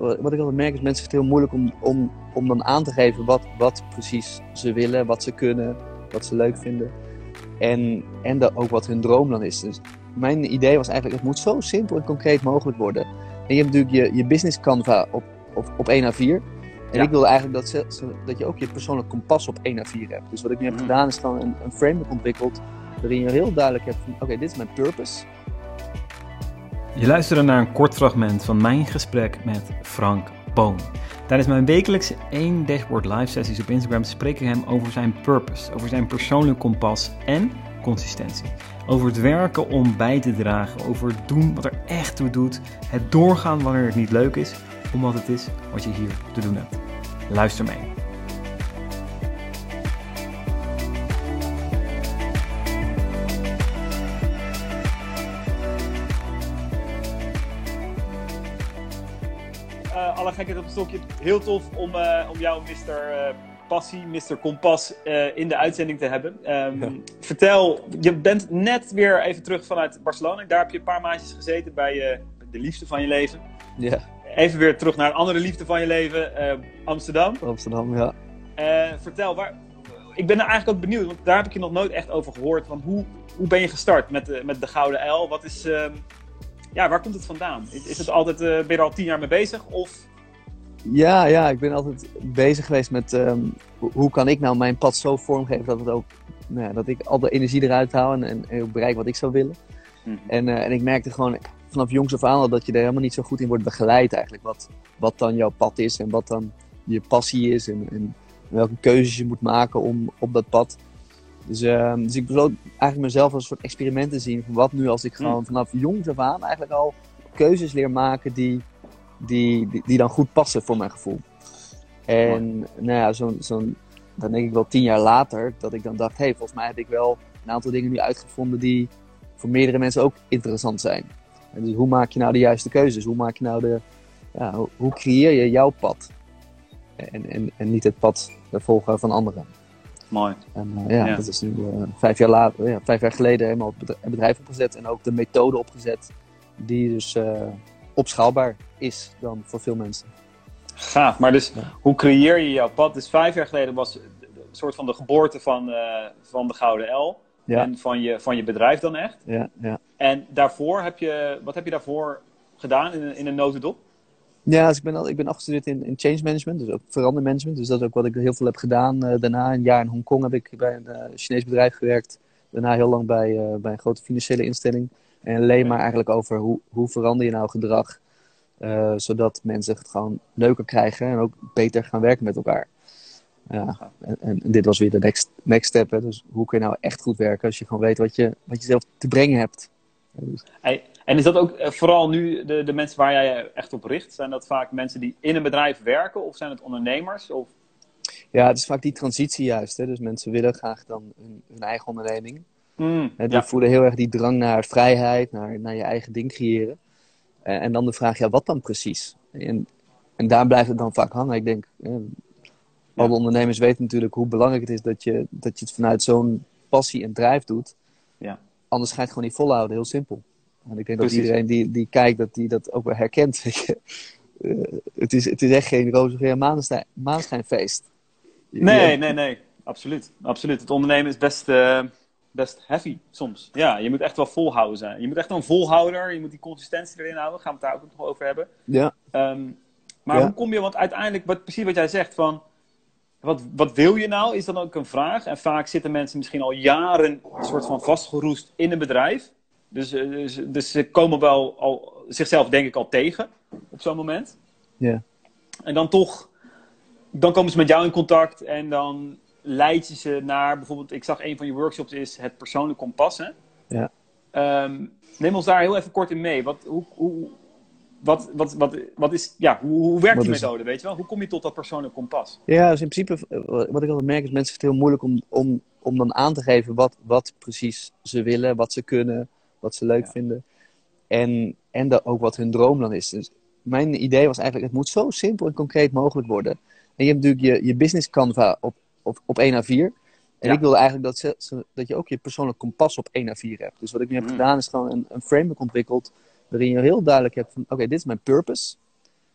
wat ik altijd merk is, mensen vinden het heel moeilijk om dan aan te geven wat precies ze willen, wat ze kunnen, wat ze leuk vinden. En ook wat hun droom dan is. Dus mijn idee was eigenlijk, het moet zo simpel en concreet mogelijk worden. En je hebt natuurlijk je business Canva op 1 A4. En ik wilde eigenlijk dat je ook je persoonlijk kompas op 1 A4 hebt. Dus wat ik nu heb gedaan is gewoon een framework ontwikkeld waarin je heel duidelijk hebt van, oké, dit is mijn purpose. Je luisterde naar een kort fragment van mijn gesprek met Frank Boon. Tijdens mijn wekelijkse 1 Dashboard live sessies op Instagram spreek ik hem over zijn purpose, over zijn persoonlijk kompas en consistentie. Over het werken om bij te dragen, over het doen wat er echt toe doet, het doorgaan wanneer het niet leuk is, omdat het is wat je hier te doen hebt. Luister mee. Alle gekheid op een stokje. Heel tof om jou, Mr. Passie, Mr. Kompas, in de uitzending te hebben. Vertel, je bent net weer even terug vanuit Barcelona. Daar heb je een paar maandjes gezeten bij de liefde van je leven. Ja. Even weer terug naar een andere liefde van je leven, Amsterdam. Amsterdam, ja. Vertel, ik ben er eigenlijk ook benieuwd, want daar heb ik je nog nooit echt over gehoord. Want hoe ben je gestart met de Gouden Uil? Wat is... waar komt het vandaan? Is het altijd, ben je er al 10 jaar mee bezig? Of... Ja, ik ben altijd bezig geweest met hoe kan ik nou mijn pad zo vormgeven dat het ook, dat ik al de energie eruit haal en ook bereik wat ik zou willen. En ik merkte gewoon vanaf jongs af aan al dat je er helemaal niet zo goed in wordt begeleid eigenlijk. Wat dan jouw pad is en wat dan je passie is en welke keuzes je moet maken om op dat pad. Dus ik besloot eigenlijk mezelf als een soort experiment te zien van wat nu als ik gewoon vanaf jongs af aan eigenlijk al keuzes leer maken die dan goed passen voor mijn gevoel. En dan denk ik wel 10 jaar later dat ik dan dacht, volgens mij heb ik wel een aantal dingen nu uitgevonden die voor meerdere mensen ook interessant zijn. En dus hoe maak je nou de juiste keuzes? Hoe maak je nou hoe creëer je jouw pad? En niet het pad volgen van anderen. Mooi. En dat is nu 5 jaar geleden helemaal het bedrijf opgezet en ook de methode opgezet die dus opschaalbaar is dan voor veel mensen. Gaaf, maar dus hoe creëer je jouw pad? Dus 5 jaar geleden was een soort van de geboorte van de Gouden Uil. Ja. En van je bedrijf dan echt. Ja. En daarvoor wat heb je daarvoor gedaan in een notendop? Ja, dus ik ben afgestudeerd in change management, dus ook verandermanagement. Dus dat is ook wat ik heel veel heb gedaan. Daarna een jaar in Hongkong heb ik bij een Chinees bedrijf gewerkt. Daarna heel lang bij een grote financiële instelling. En alleen maar eigenlijk over hoe verander je nou gedrag. Zodat mensen het gewoon leuker krijgen en ook beter gaan werken met elkaar. Ja, en dit was weer de next step. Hè. Dus hoe kun je nou echt goed werken als je gewoon weet wat je zelf te brengen hebt. Dus. En is dat ook vooral nu de mensen waar jij echt op richt? Zijn dat vaak mensen die in een bedrijf werken of zijn het ondernemers? Of... Ja, het is vaak die transitie juist. Hè. Dus mensen willen graag dan hun eigen onderneming. Die voelen heel erg die drang naar vrijheid, naar je eigen ding creëren. En dan de vraag, wat dan precies? En daar blijft het dan vaak hangen. Ik denk, alle ondernemers weten natuurlijk hoe belangrijk het is dat je het vanuit zo'n passie en drive doet. Ja. Anders ga je het gewoon niet volhouden, heel simpel. En ik denk dat iedereen die kijkt, dat die dat ook wel herkent. Het is echt geen roze maanschijnfeest. Nee. Absoluut. Het ondernemen is best heavy soms. Ja, je moet echt wel volhouden zijn. Je moet echt een volhouder, je moet die consistentie erin houden. Gaan we het daar ook nog over hebben. Ja. Maar hoe kom je, want uiteindelijk, precies wat jij zegt, van wat wil je nou, is dan ook een vraag. En vaak zitten mensen misschien al jaren een soort van vastgeroest in een bedrijf. Dus ze komen wel al zichzelf denk ik al tegen op zo'n moment. Ja. En dan komen ze met jou in contact en dan leid je ze naar, bijvoorbeeld, ik zag een van je workshops is het persoonlijk kompas. Hè? Ja. Neem ons daar heel even kort in mee. Hoe werkt die methode, weet je wel? Hoe kom je tot dat persoonlijk kompas? Ja, dus in principe, wat ik altijd merk is, mensen vinden het heel moeilijk om dan aan te geven wat precies ze willen, wat ze kunnen, wat ze leuk vinden. En ook wat hun droom dan is. Dus mijn idee was eigenlijk, het moet zo simpel en concreet mogelijk worden. En je hebt natuurlijk je business Canva op 1 A4. En ik wilde eigenlijk dat je ook je persoonlijk kompas op 1 A4 hebt. Dus wat ik nu heb gedaan is gewoon een framework ontwikkeld waarin je heel duidelijk hebt van, oké, dit is mijn purpose.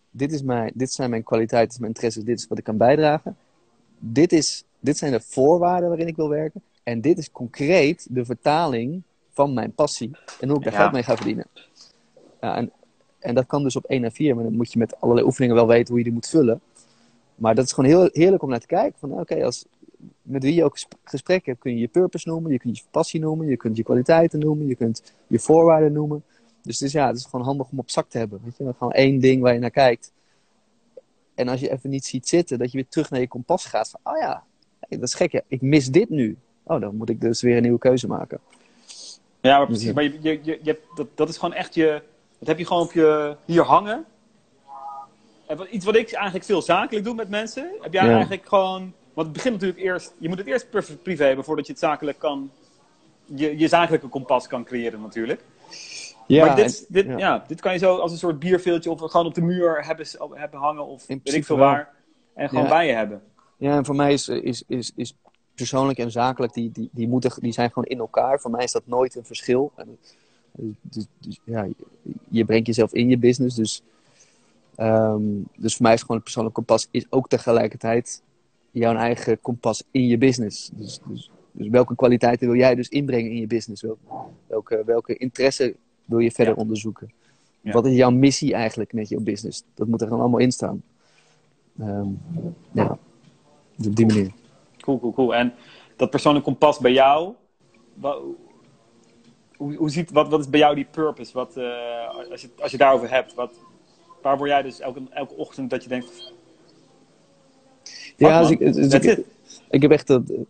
dit zijn mijn kwaliteiten, mijn interesses, dit is wat ik kan bijdragen. Dit zijn de voorwaarden waarin ik wil werken. En dit is concreet de vertaling van mijn passie. En hoe ik daar geld mee ga verdienen. Ja, en dat kan dus op 1 en 4. Maar dan moet je met allerlei oefeningen wel weten hoe je die moet vullen. Maar dat is gewoon heel heerlijk om naar te kijken. Van met wie je ook gesprek hebt, kun je je purpose noemen. Je kunt je passie noemen. Je kunt je kwaliteiten noemen. Je kunt je voorwaarden noemen. Dus het is gewoon handig om op zak te hebben. Weet je? Gewoon 1 ding waar je naar kijkt. En als je even niet ziet zitten, dat je weer terug naar je kompas gaat. Van, dat is gek. Ja. Ik mis dit nu. Dan moet ik dus weer een nieuwe keuze maken. Ja, maar precies. Maar je hebt, dat is gewoon echt dat heb je gewoon op je hier hangen. Iets wat ik eigenlijk veel zakelijk doe met mensen. Heb jij eigenlijk gewoon... Want het begint natuurlijk eerst... Je moet het eerst privé hebben voordat je het zakelijk kan... Je zakelijke kompas kan creëren natuurlijk. Ja, maar dit kan je zo als een soort bierveeltje of gewoon op de muur hebben hangen of weet ik veel waar. En gewoon bij je hebben. Ja, en voor mij is persoonlijk en zakelijk, die zijn gewoon in elkaar. Voor mij is dat nooit een verschil. Dus je brengt jezelf in je business. Dus voor mij is gewoon het persoonlijk kompas is ook tegelijkertijd jouw eigen kompas in je business. Dus welke kwaliteiten wil jij dus inbrengen in je business? Welke interesse wil je verder onderzoeken? Ja. Wat is jouw missie eigenlijk met je business? Dat moet er gewoon allemaal in staan. Dus op die manier. Cool. En dat persoonlijk kompas bij jou, wat is bij jou die purpose? Als je daarover hebt, waar word jij dus elke ochtend dat je denkt... Ik heb echt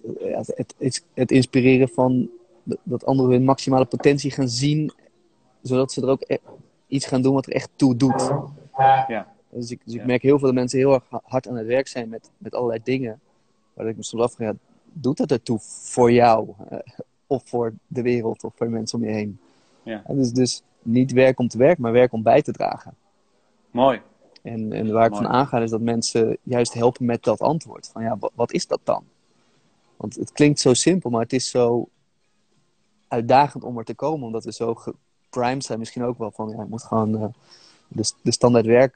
het inspireren van dat anderen hun maximale potentie gaan zien, zodat ze er ook iets gaan doen wat er echt toe doet. Ja. Dus ik merk heel veel dat mensen heel erg hard aan het werk zijn met allerlei dingen, waar ik me soms afvraag, doet dat ertoe voor jou? Of voor de wereld, of voor mensen om je heen? Ja. Dus niet werk om te werken, maar werk om bij te dragen. Mooi. En waar ik van aanga is dat mensen juist helpen met dat antwoord. Van wat is dat dan? Want het klinkt zo simpel, maar het is zo uitdagend om er te komen. Omdat we zo geprimed zijn misschien ook wel van... je moet gewoon de standaard werk...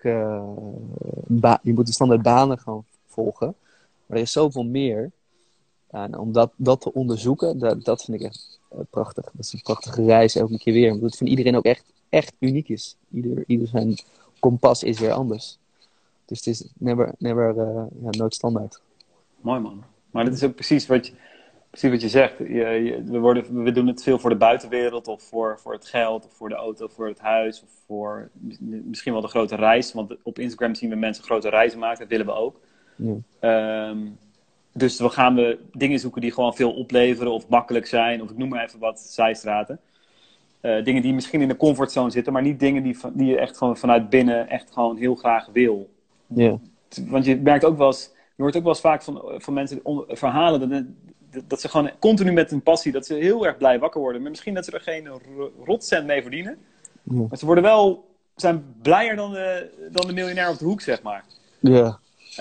je moet de standaard banen gewoon volgen. Maar er is zoveel meer. En om dat te onderzoeken, dat vind ik echt prachtig. Dat is een prachtige reis elke keer weer. Omdat het van iedereen ook echt uniek is. Ieder zijn... kompas is weer anders. Dus het is nooit standaard. Mooi man. Maar dat is ook precies wat je zegt. We doen het veel voor de buitenwereld of voor het geld of voor de auto, of voor het huis of voor misschien wel de grote reis. Want op Instagram zien we mensen grote reizen maken. Dat willen we ook. Ja. Dus we gaan dingen zoeken die gewoon veel opleveren of makkelijk zijn. Of ik noem maar even wat zijstraten. Dingen die misschien in de comfortzone zitten, maar niet dingen die je echt gewoon vanuit binnen echt gewoon heel graag wil. Yeah. Want je merkt ook wel eens, je hoort ook wel eens vaak van mensen verhalen dat ze gewoon continu met hun passie, dat ze heel erg blij wakker worden. Maar misschien dat ze er geen rotcent mee verdienen. Yeah. Maar ze zijn blijer dan de miljonair op de hoek, zeg maar. Ja.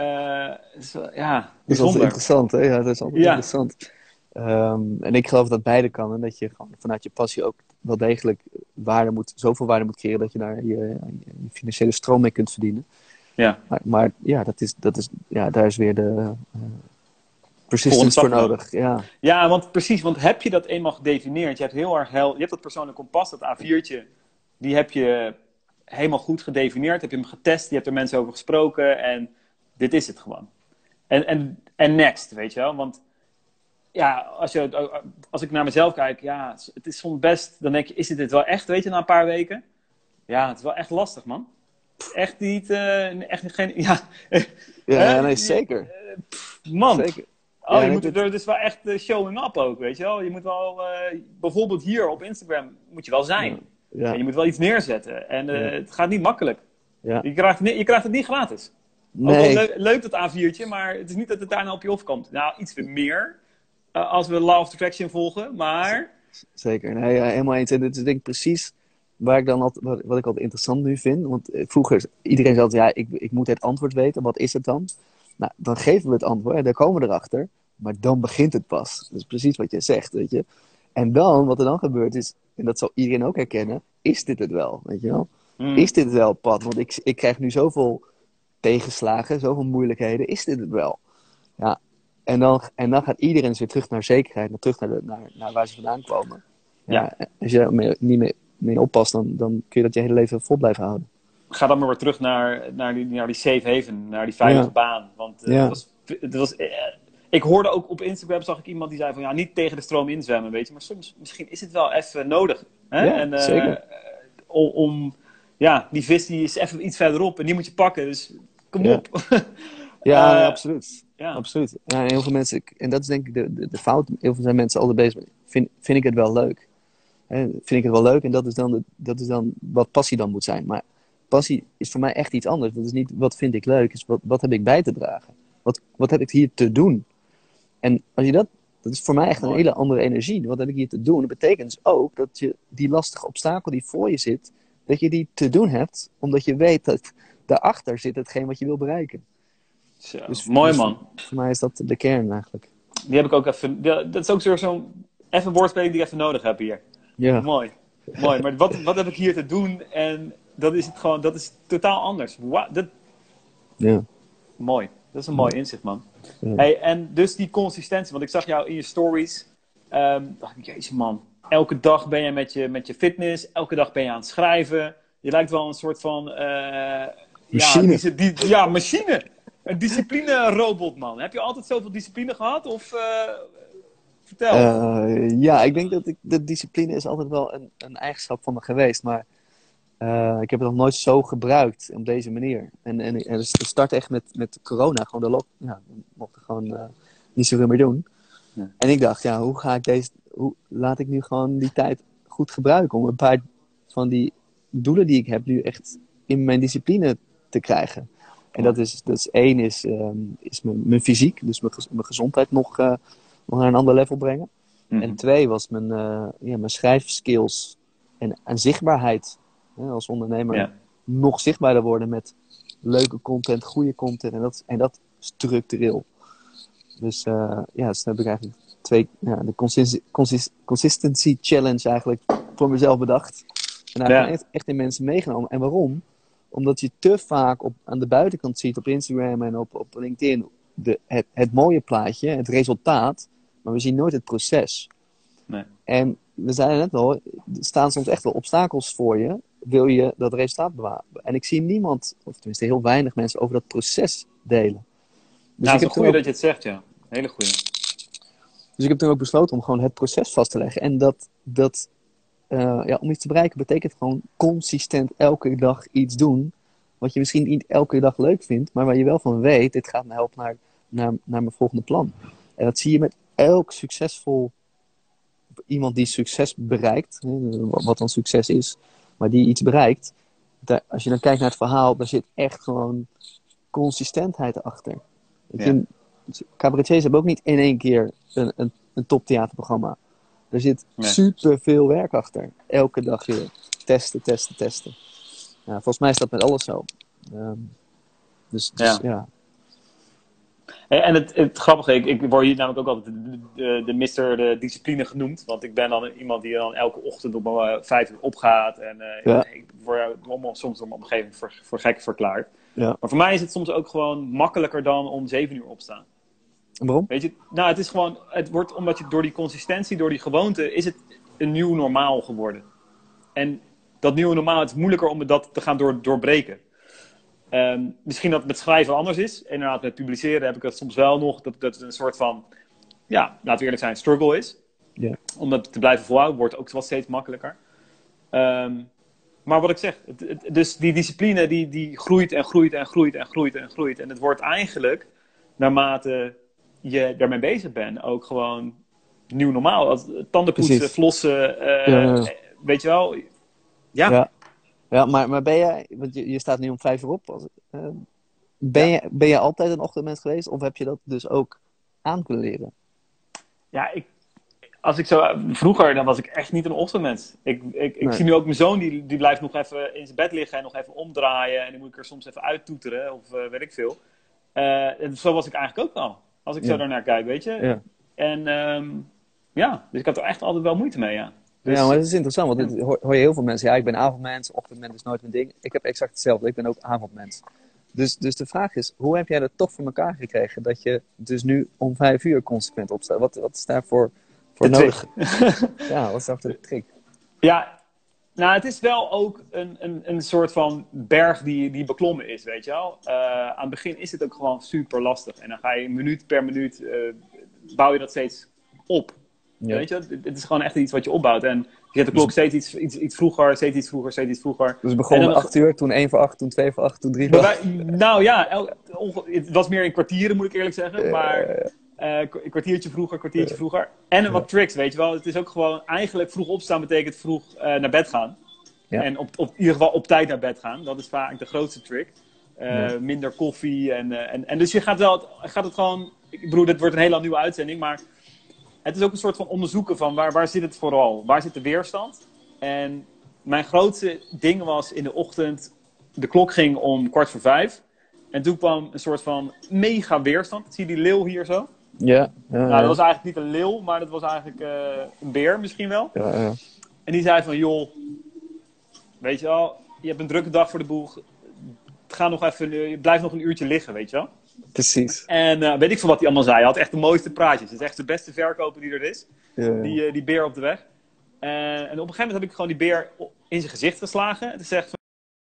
Yeah. Dat is altijd interessant, hè? Ja, dat is altijd interessant. En ik geloof dat beide kan. En dat je gewoon vanuit je passie ook wel degelijk zoveel waarde moet creëren dat je daar je financiële stroom mee kunt verdienen. Ja. Maar daar is weer de persistence voor nodig. Ja, want heb je dat eenmaal gedefinieerd, je hebt dat persoonlijk kompas, dat A4'tje, die heb je helemaal goed gedefinieerd, heb je hem getest, je hebt er mensen over gesproken en dit is het gewoon. En next, weet je wel, want ja, als ik naar mezelf kijk, ja, het is soms best, dan denk je, is dit wel echt, weet je, na een paar weken? Ja, het is wel echt lastig, man. Echt niet, echt geen, ja. Nee, zeker. Man. Zeker. Je moet er dus wel echt showing up ook, weet je wel. Je moet wel, bijvoorbeeld hier op Instagram, moet je wel zijn. Ja. En je moet wel iets neerzetten. En het gaat niet makkelijk. Ja. Je krijgt het niet gratis. Nee. Ook wel leuk dat A4'tje, maar het is niet dat het daarna op je afkomt. Nou, iets meer. Als we Law of Attraction volgen, maar... Zeker, nee, helemaal eens. En dit is denk ik precies waar ik dan wat ik altijd interessant nu vind. Want vroeger, iedereen zei altijd, ik moet het antwoord weten. Wat is het dan? Nou, dan geven we het antwoord, daar komen we erachter. Maar dan begint het pas. Dat is precies wat je zegt, weet je. En dan, wat er dan gebeurt is, en dat zal iedereen ook herkennen, is dit het wel, weet je wel? Is dit het wel het pad? Want ik krijg nu zoveel tegenslagen, zoveel moeilijkheden, is dit het wel? Ja. En dan gaat iedereen weer terug naar zekerheid, terug naar waar ze vandaan komen. Ja. Als je daar niet mee oppast, dan kun je dat je hele leven vol blijven houden. Ga dan maar weer terug naar die safe haven, naar die veilige baan. Want het was ik hoorde ook op Instagram, zag ik iemand die zei van niet tegen de stroom inzwemmen, weet je. Maar soms, misschien is het wel even nodig. Hè? Ja, zeker. Om die vis die is even iets verderop en die moet je pakken. Dus kom op. Ja, absoluut. Ja. Absoluut. Ja, en heel veel mensen, en dat is denk ik de fout. Heel veel zijn mensen altijd bezig met, vind ik het wel leuk? Vind ik het wel leuk? En dat is dan wat passie dan moet zijn. Maar passie is voor mij echt iets anders. Dat is niet wat vind ik leuk, is wat heb ik bij te dragen? Wat heb ik hier te doen? En als je dat is voor mij echt een hele andere energie. Wat heb ik hier te doen? Dat betekent dus ook dat je die lastige obstakel die voor je zit, dat je die te doen hebt, omdat je weet dat daarachter zit hetgeen wat je wil bereiken. Zo, dus, mooi man. Voor mij is dat de kern eigenlijk. Die heb ik ook even. Dat is ook zo'n even woordspeling die ik even nodig heb hier. Ja. Mooi. Maar wat heb ik hier te doen? En dat is het gewoon. Dat is totaal anders. Ja. Mooi. Dat is een mooi inzicht, man. Ja. Hey, en dus die consistentie. Want ik zag jou in je stories. Dacht ik, jezus man. Elke dag ben je met je fitness. Elke dag ben je aan het schrijven. Je lijkt wel een soort van... machine. Machine. Een discipline-robot, man. Heb je altijd zoveel discipline gehad? Of vertel. Ja, ik denk dat de discipline is altijd wel een eigenschap van me geweest. Maar ik heb het nog nooit zo gebruikt op deze manier. En het start echt met corona. Gewoon we mochten gewoon niet zoveel meer doen. Ja. En ik dacht, hoe laat ik nu gewoon die tijd goed gebruiken om een paar van die doelen die ik heb nu echt in mijn discipline te krijgen. En dat is één is mijn fysiek, dus mijn gezondheid nog naar een ander level brengen. Mm-hmm. En 2 was mijn schrijfskills en zichtbaarheid. Als ondernemer nog zichtbaarder worden met leuke content, goede content en dat structureel. Dus dus dan heb ik eigenlijk 2, de consistency challenge eigenlijk voor mezelf bedacht. En eigenlijk echt in mensen meegenomen. En waarom? Omdat je te vaak aan de buitenkant ziet op Instagram en op LinkedIn het mooie plaatje, het resultaat, maar we zien nooit het proces. Nee. En we zeiden net al, er staan soms echt wel obstakels voor je, wil je dat resultaat bewaren. En ik zie niemand, of tenminste heel weinig mensen, over dat proces delen. Dus het is een goeie dat je het zegt, ja. Hele goeie. Dus ik heb toen ook besloten om gewoon het proces vast te leggen. En om iets te bereiken betekent gewoon consistent elke dag iets doen. Wat je misschien niet elke dag leuk vindt, maar waar je wel van weet, dit gaat me helpen naar mijn volgende plan. En dat zie je met elk iemand die succes bereikt, wat dan succes is, maar die iets bereikt. Als je dan kijkt naar het verhaal, daar zit echt gewoon consistentheid achter. Cabaretiers hebben ook niet in één keer een toptheaterprogramma. Er zit super veel werk achter. Elke dag weer testen. Ja, volgens mij is dat met alles zo. Ja. En het grappige, ik word hier namelijk ook altijd de mister de discipline genoemd. Want ik ben dan iemand die dan elke ochtend om 5 uur opgaat. En ik word soms door mijn omgeving voor gek verklaard. Ja. Maar voor mij is het soms ook gewoon makkelijker dan om 7 uur opstaan. Waarom? Weet je, het wordt omdat je door die consistentie, door die gewoonte, is het een nieuw normaal geworden. En dat nieuwe normaal, het is moeilijker om dat te gaan doorbreken. Misschien dat het met schrijven anders is. Inderdaad, met publiceren heb ik dat soms wel nog. Dat het een soort van, laten we eerlijk zijn, struggle is. Yeah. Om dat te blijven volhouden, wordt ook wel steeds makkelijker. Maar wat ik zeg, dus die discipline die groeit en groeit en groeit en groeit en groeit. En het wordt eigenlijk, naarmate je daarmee bezig bent, ook gewoon nieuw normaal. Als tandenpoetsen, Precies. Flossen, weet je wel. Ja, maar ben jij, want je staat nu om 5 uur op. Ben je altijd een ochtendmens geweest? Of heb je dat dus ook aan kunnen leren? Ja, vroeger dan was ik echt niet een ochtendmens. Ik zie nu ook mijn zoon, die blijft nog even in zijn bed liggen en nog even omdraaien. En dan moet ik er soms even uittoeteren of weet ik veel. Zo was ik eigenlijk ook wel. Als ik zo daarnaar kijk, weet je. Ja. En dus ik had er echt altijd wel moeite mee, ja. Dus, maar dat is interessant, want hoor je heel veel mensen. Ja, ik ben avondmens, ochtendmens is nooit mijn ding. Ik heb exact hetzelfde, ik ben ook avondmens. Dus de vraag is, hoe heb jij dat toch voor elkaar gekregen? Dat je dus nu om 5 uur consequent opstaat. Wat is daarvoor nodig? Ja, wat is daar de trick? Ja, nou, het is wel ook een soort van berg die beklommen is, weet je wel. Aan het begin is het ook gewoon super lastig. En dan ga je minuut per minuut, bouw je dat steeds op. Ja. Weet je, het is gewoon echt iets wat je opbouwt. En je zet de klok steeds iets vroeger, steeds iets vroeger. Dus het begon om 8 uur, toen 1 voor 8, toen 2 voor 8, toen 3 voor 8. Nou ja, het was meer in kwartieren, moet ik eerlijk zeggen. Maar een kwartiertje vroeger. En wat tricks, weet je wel. Het is ook gewoon, eigenlijk vroeg opstaan betekent vroeg naar bed gaan. Ja. En in ieder geval op tijd naar bed gaan. Dat is vaak de grootste trick. Minder koffie. En dus je gaat het gewoon... Ik bedoel, dit wordt een hele nieuwe uitzending, maar... Het is ook een soort van onderzoeken van waar zit het vooral? Waar zit de weerstand? En mijn grootste ding was in de ochtend... De klok ging om 4:15. En toen kwam een soort van mega weerstand. Zie je die leeuw hier zo? Ja. Nou, dat was eigenlijk niet een leeuw, maar dat was eigenlijk een beer misschien wel. Ja. En die zei van, joh... Weet je wel, je hebt een drukke dag voor de boeg. Blijf nog een uurtje liggen, weet je wel? Precies. En weet ik veel wat hij allemaal zei. Hij had echt de mooiste praatjes. Het is echt de beste verkoper die er is. Ja. Die beer op de weg. En op een gegeven moment heb ik gewoon die beer in zijn gezicht geslagen. En toen zegt van...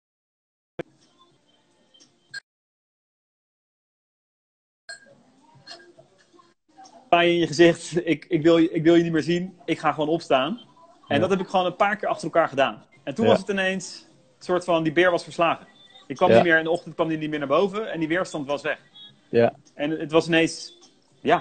Pijn in je gezicht. Ik wil je niet meer zien. Ik ga gewoon opstaan. En dat heb ik gewoon een paar keer achter elkaar gedaan. En toen was het ineens een soort van... Die beer was verslagen. Ik kwam niet meer... In de ochtend kwam hij niet meer naar boven. En die weerstand was weg. Ja. En het was ineens... Ja.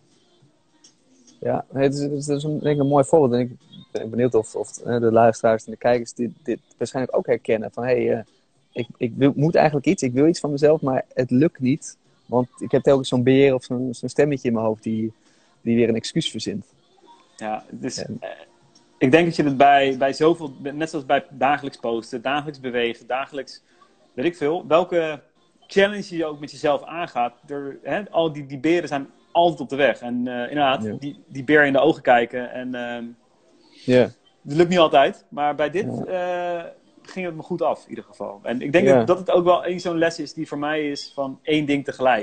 Ja, het is denk ik een mooi voorbeeld. En ik ben benieuwd of de luisteraars en de kijkers dit waarschijnlijk ook herkennen. Van ik moet eigenlijk iets. Ik wil iets van mezelf, maar het lukt niet. Want ik heb telkens zo'n beer of zo'n stemmetje in mijn hoofd die weer een excuus verzint. Ja, dus... ik denk dat je het bij zoveel... Net zoals bij dagelijks posten, dagelijks bewegen, dagelijks... Weet ik veel. Welke challenge je ook met jezelf aangaat. Al die beren zijn altijd op de weg. En inderdaad, die beer in de ogen kijken. En het lukt niet altijd. Maar bij dit ging het me goed af, in ieder geval. En ik denk dat het ook wel zo'n les is die voor mij is van 1 ding tegelijk.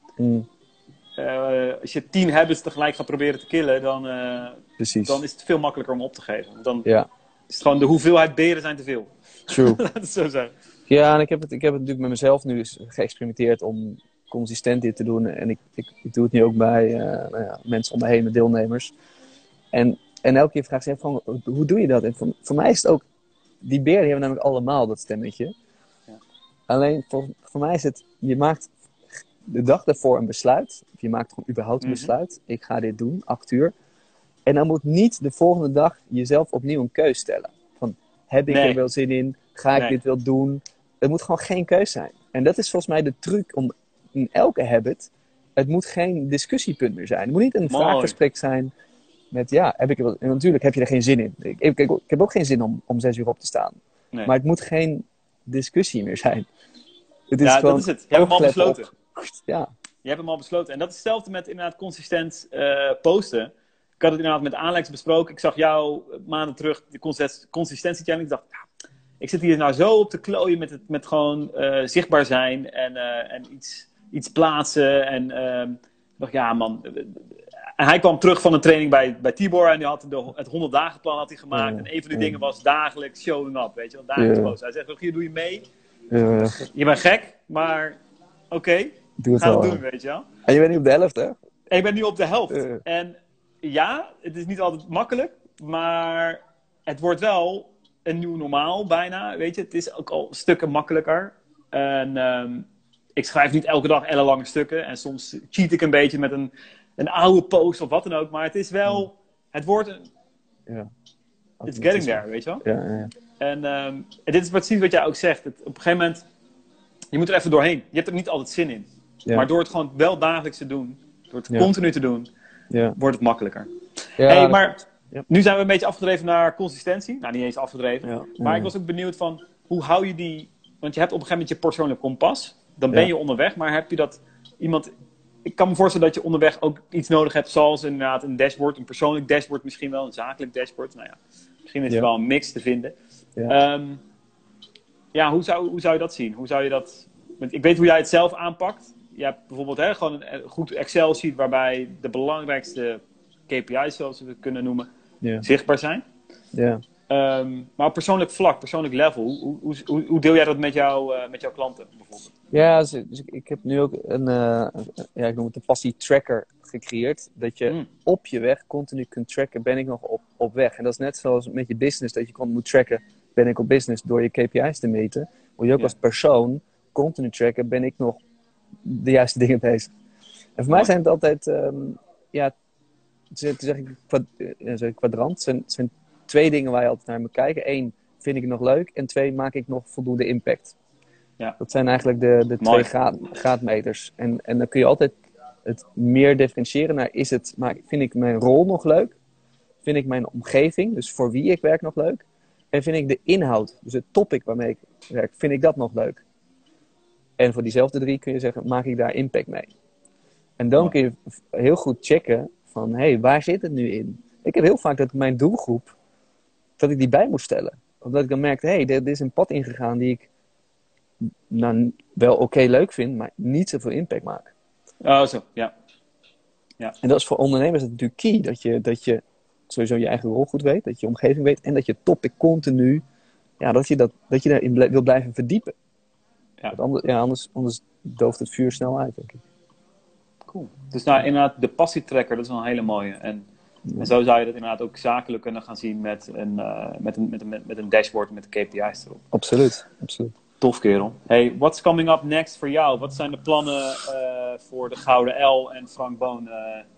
Als je 10 habits tegelijk gaat proberen te killen, dan is het veel makkelijker om op te geven. Dan is het gewoon de hoeveelheid beren zijn te veel. True. Laat het zo zijn. Ja, en ik heb het natuurlijk met mezelf nu geëxperimenteerd om consistent dit te doen. En ik doe het nu ook bij mensen om me heen, met deelnemers. En elke keer vraag ze van, hoe doe je dat? En voor mij is het ook, die beren hebben namelijk allemaal dat stemmetje. Ja. Alleen voor mij is het, je maakt de dag daarvoor een besluit. Of je maakt gewoon überhaupt een besluit. Ik ga dit doen, 8 uur. En dan moet niet de volgende dag jezelf opnieuw een keus stellen. Van, heb ik er wel zin in? Ga ik dit wel doen? Het moet gewoon geen keus zijn. En dat is volgens mij de truc om in elke habit... Het moet geen discussiepunt meer zijn. Het moet niet een vraaggesprek zijn met... en natuurlijk heb je er geen zin in. Ik heb ook geen zin om 6 uur op te staan. Nee. Maar het moet geen discussie meer zijn. Het is gewoon dat is het. Je hebt hem al besloten. Ja. Je hebt hem al besloten. En dat is hetzelfde met inderdaad consistent posten. Ik had het inderdaad met Alex besproken. Ik zag jou maanden terug de consistentie challenge. Ik dacht, ik zit hier nou zo op te klooien met gewoon zichtbaar zijn en iets plaatsen. En ik dacht, ja man. En hij kwam terug van een training bij Tibor en die had het 100 dagen plan had hij gemaakt. En een van die dingen was dagelijks showing up, weet je wel, dagelijks posten. Hij zegt, hier doe je mee. Je bent gek, maar oké, we gaan het doen, weet je wel. En je bent nu op de helft, hè? En ik ben nu op de helft. En ja, het is niet altijd makkelijk, maar het wordt wel een nieuw normaal bijna, weet je. Het is ook al stukken makkelijker. En ik schrijf niet elke dag ellenlange stukken. En soms cheat ik een beetje met een oude post of wat dan ook. Maar het is wel, het wordt een... It's getting there, weet je wel. Ja. En dit is precies wat jij ook zegt. Op een gegeven moment, je moet er even doorheen. Je hebt er niet altijd zin in. Ja. Maar door het gewoon wel dagelijks te doen, door het continu te doen, wordt het makkelijker. Ja, hey, maar nu zijn we een beetje afgedreven naar consistentie. Nou, niet eens afgedreven. Maar ik was ook benieuwd van, hoe hou je die... Want je hebt op een gegeven moment je persoonlijk kompas. Dan ben je onderweg, maar heb je dat iemand... Ik kan me voorstellen dat je onderweg ook iets nodig hebt, zoals inderdaad een dashboard, een persoonlijk dashboard misschien wel, een zakelijk dashboard. Nou ja, misschien is er wel een mix te vinden. Ja. Hoe zou je dat zien? Hoe zou je dat ik weet hoe jij het zelf aanpakt. Je hebt bijvoorbeeld gewoon een goed Excel-sheet waarbij de belangrijkste KPI's, zoals we het kunnen noemen, zichtbaar zijn. Ja. Maar op persoonlijk vlak, persoonlijk level, hoe deel jij dat met jouw klanten bijvoorbeeld? Ja, dus ik heb nu ook ik noem het een passie-tracker gecreëerd. Dat je op je weg continu kunt tracken, ben ik nog op weg. En dat is net zoals met je business, dat je moet tracken, ben ik op business, door je KPI's te meten. Moet je ook als persoon continu tracken, ben ik nog de juiste dingen bezig. En voor mij zijn het altijd, zeg ik kwadrant. Het zijn 2 dingen waar je altijd naar moet kijken. 1, vind ik het nog leuk? En 2, maak ik nog voldoende impact? Ja. Dat zijn eigenlijk de 2 graadmeters. En dan kun je altijd het meer differentiëren naar, vind ik mijn rol nog leuk? Vind ik mijn omgeving, dus voor wie ik werk, nog leuk? En vind ik de inhoud, dus het topic waarmee ik werk, vind ik dat nog leuk? En voor diezelfde 3 kun je zeggen, maak ik daar impact mee? En dan kun je heel goed checken van, waar zit het nu in? Ik heb heel vaak dat mijn doelgroep, dat ik die bij moest stellen. Omdat ik dan merkte, dit is een pad ingegaan die ik wel oké leuk vind, maar niet zoveel impact maakt. Oh, zo, ja. En dat is voor ondernemers natuurlijk key, dat je sowieso je eigen rol goed weet, dat je omgeving weet en dat je topic continu, dat je daarin wil blijven verdiepen. Ja. Anders dooft het vuur snel uit, denk ik. Cool. Dus inderdaad, de passietracker, dat is wel een hele mooie. En zo zou je dat inderdaad ook zakelijk kunnen gaan zien met een dashboard met de KPI's erop. Absoluut. Tof, kerel. Hey, what's coming up next voor jou? Wat zijn de plannen voor de Gouden L en Frank Boon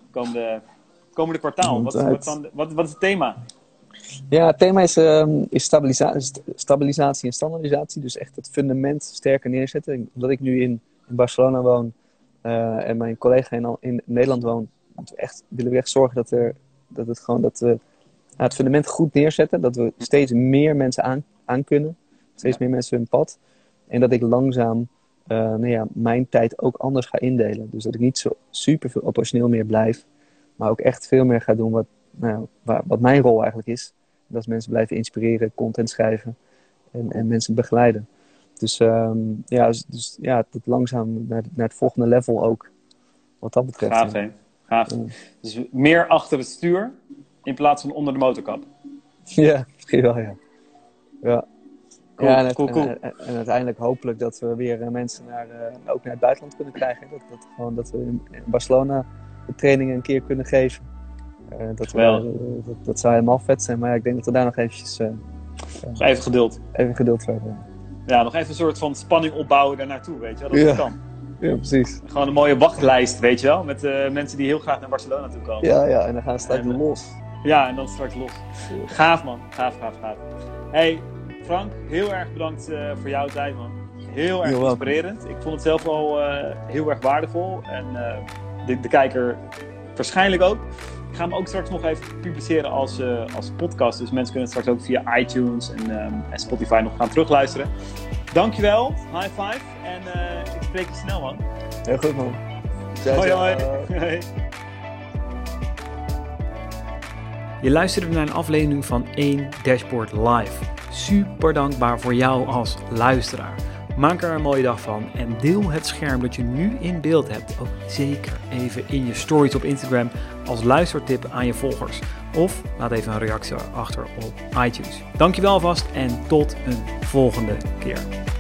komende kwartaal? Wat is het thema? Ja, het thema is stabilisatie en standaardisatie. Dus echt het fundament sterker neerzetten. Omdat ik nu in Barcelona woon en mijn collega in Nederland woont, willen we echt zorgen dat we het fundament goed neerzetten. Dat we steeds meer mensen aan kunnen. Steeds meer mensen hun pad. En dat ik langzaam mijn tijd ook anders ga indelen. Dus dat ik niet zo super veel operationeel meer blijf. Maar ook echt veel meer ga doen wat mijn rol eigenlijk is. Dat is mensen blijven inspireren, content schrijven en mensen begeleiden. Dus tot langzaam naar het volgende level ook. Wat dat betreft. Gaaf, hè? Gaaf. Dus meer achter het stuur in plaats van onder de motorkap. Ja, misschien wel, ja. Cool, cool. En uiteindelijk hopelijk dat we weer mensen ook naar het buitenland kunnen krijgen. Dat we in Barcelona de trainingen een keer kunnen geven. Dat zou helemaal vet zijn, maar ik denk dat we daar nog eventjes... nog even geduld. Even geduld voor hebben. Ja, nog even een soort van spanning opbouwen daar naartoe, weet je wel, dat kan. Ja, precies. Gewoon een mooie wachtlijst, weet je wel, met mensen die heel graag naar Barcelona toe komen. Ja, en dan gaan we straks los. Ja, en dan straks los. Gaaf, man. Gaaf. Hey, Frank, heel erg bedankt voor jouw tijd, man. Heel erg inspirerend. Ik vond het zelf al heel erg waardevol. En de kijker waarschijnlijk ook. Ik ga hem ook straks nog even publiceren als podcast. Dus mensen kunnen het straks ook via iTunes en Spotify nog gaan terugluisteren. Dankjewel. High five. En ik spreek je snel, man. Heel goed, man. Hoi. Je luisterde naar een aflevering van 1 Dashboard Live. Super dankbaar voor jou als luisteraar. Maak er een mooie dag van en deel het scherm dat je nu in beeld hebt ook zeker even in je stories op Instagram als luistertip aan je volgers. Of laat even een reactie achter op iTunes. Dankjewel alvast en tot een volgende keer.